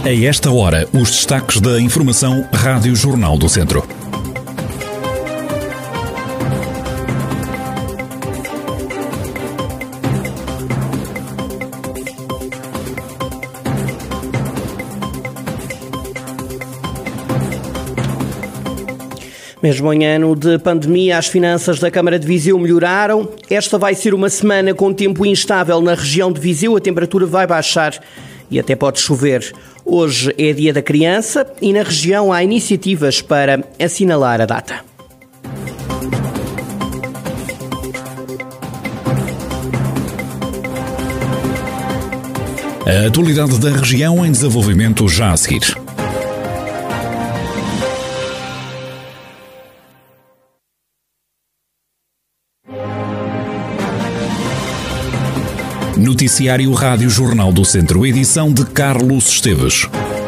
A esta hora, os destaques da Informação Rádio Jornal do Centro. Mesmo em ano de pandemia, as finanças da Câmara de Viseu melhoraram. Esta vai ser uma semana com tempo instável na região de Viseu. A temperatura vai baixar e até pode chover. Hoje é Dia da Criança e na região há iniciativas para assinalar a data. A atualidade da região em desenvolvimento já a seguir. Noticiário Rádio Jornal do Centro, edição de Carlos Esteves.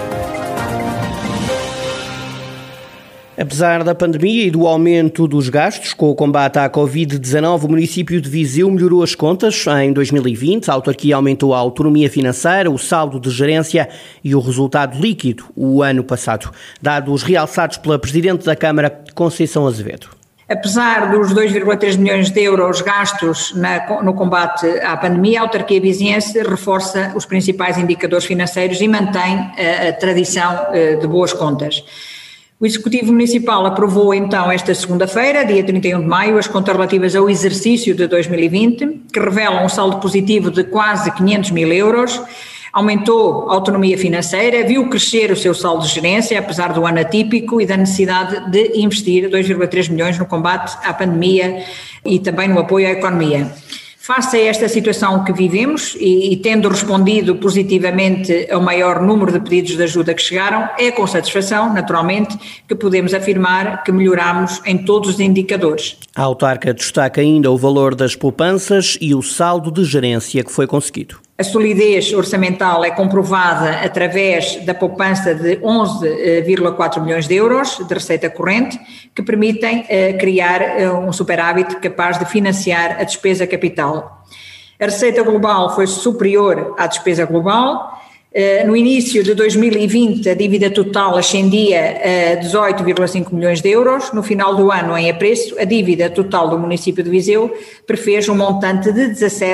Apesar da pandemia e do aumento dos gastos com o combate à Covid-19, o município de Viseu melhorou as contas. Em 2020, a autarquia aumentou a autonomia financeira, o saldo de gerência e o resultado líquido o ano passado. Dados realçados pela Presidente da Câmara, Conceição Azevedo. Apesar dos 2,3 milhões de euros gastos no combate à pandemia, a autarquia viziense reforça os principais indicadores financeiros e mantém a tradição de boas contas. O Executivo Municipal aprovou então esta segunda-feira, dia 31 de maio, as contas relativas ao exercício de 2020, que revelam um saldo positivo de quase 500 mil euros, aumentou a autonomia financeira, viu crescer o seu saldo de gerência, apesar do ano atípico e da necessidade de investir 2,3 milhões no combate à pandemia e também no apoio à economia. Face a esta situação que vivemos e tendo respondido positivamente ao maior número de pedidos de ajuda que chegaram, é com satisfação, naturalmente, que podemos afirmar que melhoramos em todos os indicadores. A autarca destaca ainda o valor das poupanças e o saldo de gerência que foi conseguido. A solidez orçamental é comprovada através da poupança de 11,4 milhões de euros de receita corrente, que permitem criar um superávit capaz de financiar a despesa capital. A receita global foi superior à despesa global. No início de 2020, a dívida total ascendia a 18,5 milhões de euros. No final do ano, em apreço, a dívida total do município de Viseu prefez um montante de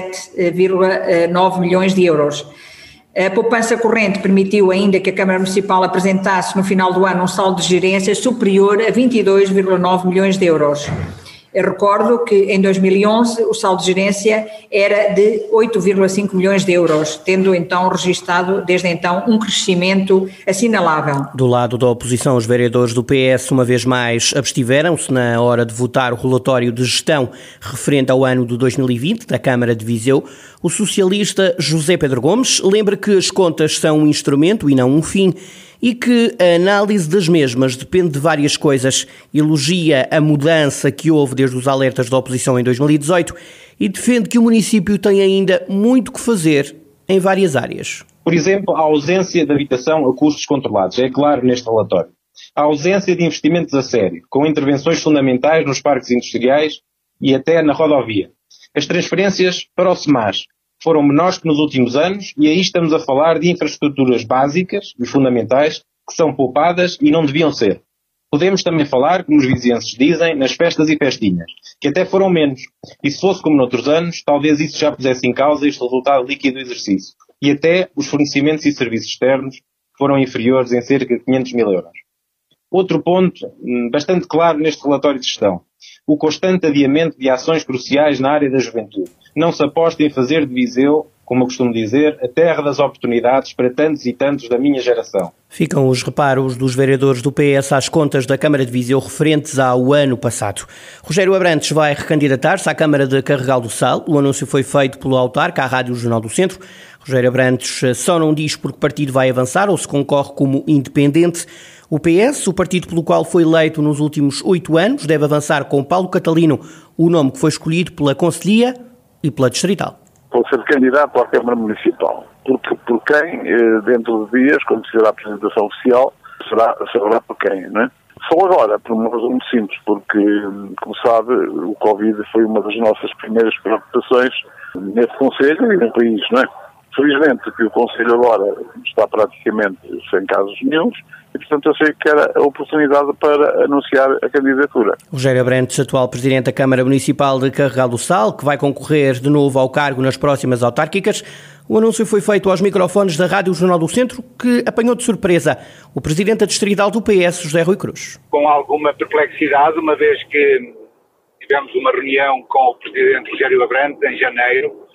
17,9 milhões de euros. A poupança corrente permitiu ainda que a Câmara Municipal apresentasse no final do ano um saldo de gerência superior a 22,9 milhões de euros. Eu recordo que em 2011 o saldo de gerência era de 8,5 milhões de euros, tendo então registado desde então um crescimento assinalável. Do lado da oposição, os vereadores do PS uma vez mais abstiveram-se na hora de votar o relatório de gestão referente ao ano de 2020 da Câmara de Viseu. O socialista José Pedro Gomes lembra que as contas são um instrumento e não um fim, e que a análise das mesmas depende de várias coisas. Elogia a mudança que houve desde os alertas da oposição em 2018 e defende que o município tem ainda muito que fazer em várias áreas. Por exemplo, a ausência de habitação a custos controlados, é claro neste relatório. A ausência de investimentos a sério, com intervenções fundamentais nos parques industriais e até na rodovia. As transferências para o SEMAS foram menores que nos últimos anos e aí estamos a falar de infraestruturas básicas e fundamentais que são poupadas e não deviam ser. Podemos também falar, como os vizienses dizem, nas festas e festinhas, que até foram menos. E se fosse como noutros anos, talvez isso já pusesse em causa este resultado líquido do exercício. E até os fornecimentos e serviços externos foram inferiores em cerca de 500 mil euros. Outro ponto bastante claro neste relatório de gestão: o constante adiamento de ações cruciais na área da juventude. Não se aposta em fazer de Viseu, como eu costumo dizer, a terra das oportunidades para tantos e tantos da minha geração. Ficam os reparos dos vereadores do PS às contas da Câmara de Viseu referentes ao ano passado. Rogério Abrantes vai recandidatar-se à Câmara de Carregal do Sal. O anúncio foi feito pelo autarca à Rádio Jornal do Centro. Rogério Abrantes só não diz por que partido vai avançar ou se concorre como independente. O PS, o partido pelo qual foi eleito nos últimos 8 anos, deve avançar com Paulo Catalino, o nome que foi escolhido pela Conselhia e pela Distrital. Vou ser candidato à Câmara Municipal, porque por quem, dentro de dias, quando se fizer a apresentação oficial, saberá por quem, não é? Só agora, por uma razão muito simples, porque, como sabe, o Covid foi uma das nossas primeiras preocupações nesse Conselho e no país, não é? Felizmente que o Conselho agora está praticamente sem casos nenhuns e, portanto, eu sei que era a oportunidade para anunciar a candidatura. Rogério Abrantes, atual Presidente da Câmara Municipal de Carregal do Sal, que vai concorrer de novo ao cargo nas próximas autárquicas. O anúncio foi feito aos microfones da Rádio Jornal do Centro, que apanhou de surpresa o Presidente distrital do PS, José Rui Cruz. Com alguma perplexidade, uma vez que tivemos uma reunião com o Presidente Rogério Abrantes em janeiro,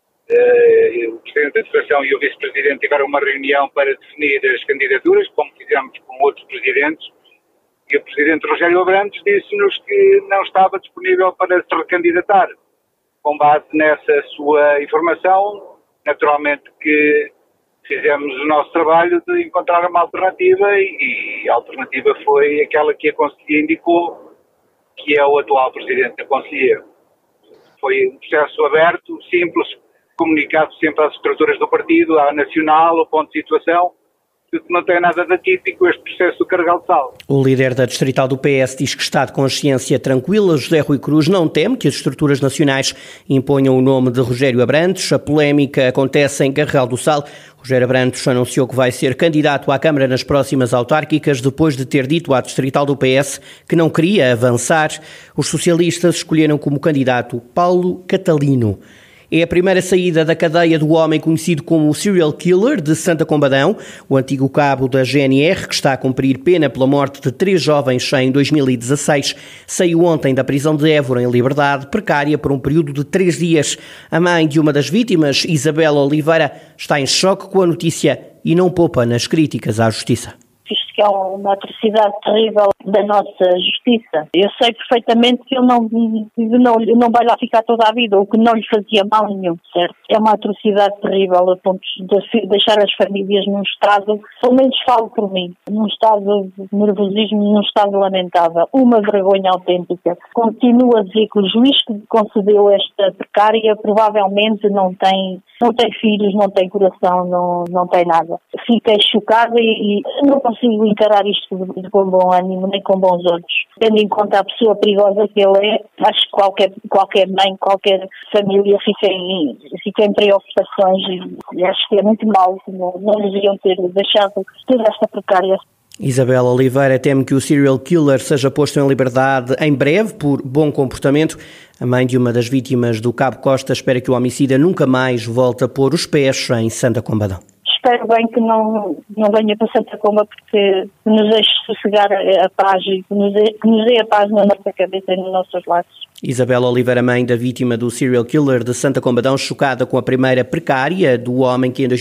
o Presidente da Administração e o Vice-Presidente tiveram uma reunião para definir as candidaturas, como fizemos com outros Presidentes, e o Presidente Rogério Abrantes disse-nos que não estava disponível para se recandidatar. Com base nessa sua informação, naturalmente que fizemos o nosso trabalho de encontrar uma alternativa e a alternativa foi aquela que a Conselhia indicou, que é o atual Presidente da Conselhia. Foi um processo aberto, simples, comunicado sempre às estruturas do partido, à nacional, ao ponto de situação, que não tem nada de atípico este processo do Carregal do Sal. O líder da distrital do PS diz que está de consciência tranquila. José Rui Cruz não teme que as estruturas nacionais imponham o nome de Rogério Abrantes. A polémica acontece em Carregal do Sal. Rogério Abrantes anunciou que vai ser candidato à Câmara nas próximas autárquicas, depois de ter dito à distrital do PS que não queria avançar. Os socialistas escolheram como candidato Paulo Catalino. É a primeira saída da cadeia do homem conhecido como o Serial Killer de Santa Combadão, o antigo cabo da GNR, que está a cumprir pena pela morte de 3 jovens em 2016, saiu ontem da prisão de Évora em liberdade precária por um período de 3 dias. A mãe de uma das vítimas, Isabela Oliveira, está em choque com a notícia e não poupa nas críticas à justiça. Isto que é uma atrocidade terrível da nossa justiça. Eu sei perfeitamente que ele não vai lá ficar toda a vida, ou que não lhe fazia mal nenhum, certo? É uma atrocidade terrível a ponto de deixar as famílias num estado, pelo menos falo por mim, num estado de nervosismo, num estado lamentável. Uma vergonha autêntica. Continuo a dizer que o juiz que concedeu esta precária provavelmente não tem filhos, não tem coração, não tem nada. Fiquei chocada e não consigo encarar isto com bom ânimo, nem com bons olhos. Tendo em conta a pessoa perigosa que ele é, acho que qualquer mãe, qualquer família fica em preocupações e acho que é muito mau que não deviam ter deixado toda esta precária. Isabela Oliveira teme que o serial killer seja posto em liberdade em breve por bom comportamento. A mãe de uma das vítimas do Cabo Costa espera que o homicida nunca mais volte a pôr os pés em Santa Combadão. Espero bem que não venha para Santa Comba, porque nos deixe sossegar a paz e que nos dê a paz na nossa cabeça e nos nossos laços. Isabela Oliveira, mãe da vítima do serial killer de Santa Combadão, chocada com a primeira precária do homem que em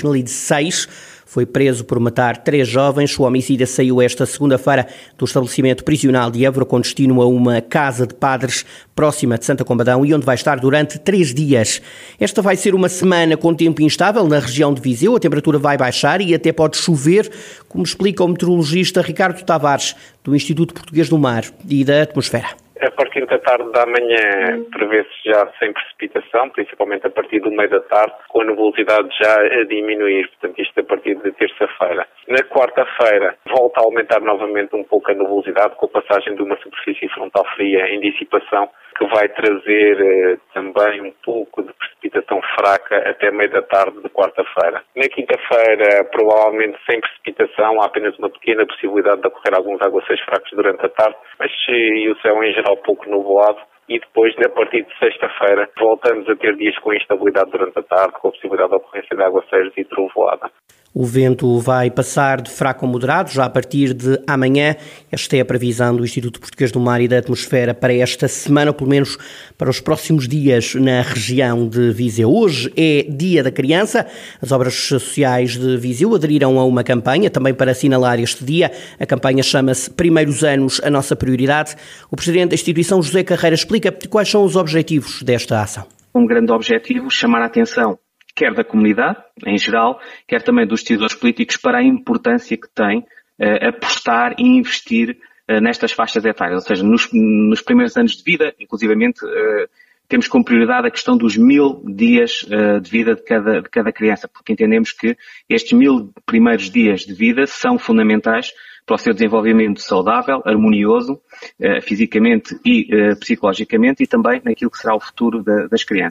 2016 foi preso por matar 3 jovens. O homicida saiu esta segunda-feira do estabelecimento prisional de Évora com destino a uma casa de padres próxima de Santa Combadão e onde vai estar durante 3 dias. Esta vai ser uma semana com tempo instável na região de Viseu. A temperatura vai baixar e até pode chover, como explica o meteorologista Ricardo Tavares, do Instituto Português do Mar e da Atmosfera. A partir da tarde da manhã prevê-se já sem precipitação, principalmente a partir do meio da tarde, com a nebulosidade já a diminuir, portanto isto a partir de terça-feira. Na quarta-feira volta a aumentar novamente um pouco a nebulosidade, com a passagem de uma superfície frontal fria em dissipação, que vai trazer também um pouco de precipitação fraca até meio da tarde de quarta-feira. Na quinta-feira, provavelmente sem precipitação, há apenas uma pequena possibilidade de ocorrer alguns aguaceiros fracos durante a tarde, mas o céu em geral pouco nublado. E depois, a partir de sexta-feira, voltamos a ter dias com instabilidade durante a tarde, com a possibilidade de ocorrência de aguaceiros e trovoada. O vento vai passar de fraco a moderado já a partir de amanhã. Esta é a previsão do Instituto Português do Mar e da Atmosfera para esta semana, ou pelo menos para os próximos dias na região de Viseu. Hoje é Dia da Criança. As obras sociais de Viseu aderiram a uma campanha também para assinalar este dia. A campanha chama-se Primeiros Anos, a Nossa Prioridade. O presidente da instituição, José Carreira, explica quais são os objetivos desta ação. Um grande objetivo, chamar a atenção quer da comunidade, em geral, quer também dos decisores políticos, para a importância que tem apostar e investir nestas faixas etárias. Ou seja, nos primeiros anos de vida, inclusivamente, temos como prioridade a questão dos 1000 dias de vida de cada criança, porque entendemos que estes 1000 primeiros dias de vida são fundamentais para o seu desenvolvimento saudável, harmonioso, fisicamente e psicologicamente, e também naquilo que será o futuro das crianças.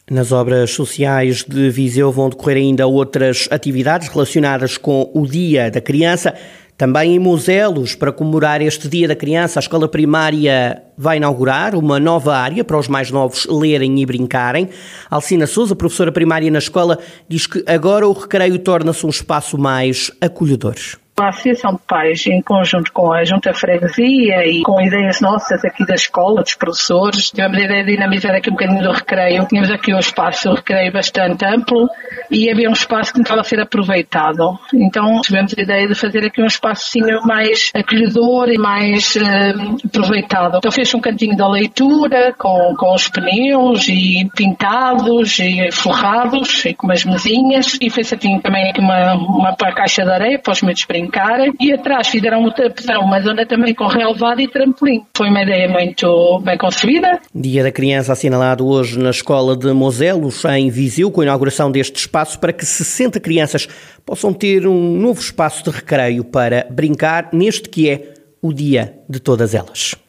Nas obras sociais de Viseu vão decorrer ainda outras atividades relacionadas com o Dia da Criança. Também em Moselos, para comemorar este Dia da Criança, a escola primária vai inaugurar uma nova área para os mais novos lerem e brincarem. Alcina Sousa, professora primária na escola, diz que agora o recreio torna-se um espaço mais acolhedor. A Associação de Pais, em conjunto com a Junta Freguesia e com ideias nossas aqui da escola, dos professores, tivemos a ideia de dinamizar aqui um bocadinho do recreio. Tínhamos aqui um espaço de recreio bastante amplo e havia um espaço que não estava a ser aproveitado. Então tivemos a ideia de fazer aqui um espacinho mais acolhedor e mais aproveitado. Então fez um cantinho da leitura com os pneus e pintados e forrados e com umas mesinhas, e fez assim também aqui uma caixa de areia para os miúdos brincarem, e atrás fizeram uma zona também com relvado e trampolim. Foi uma ideia muito bem concebida. Dia da Criança assinalado hoje na escola de Moselos, em Viseu, com a inauguração deste espaço para que 60 crianças possam ter um novo espaço de recreio para brincar neste que é o dia de todas elas.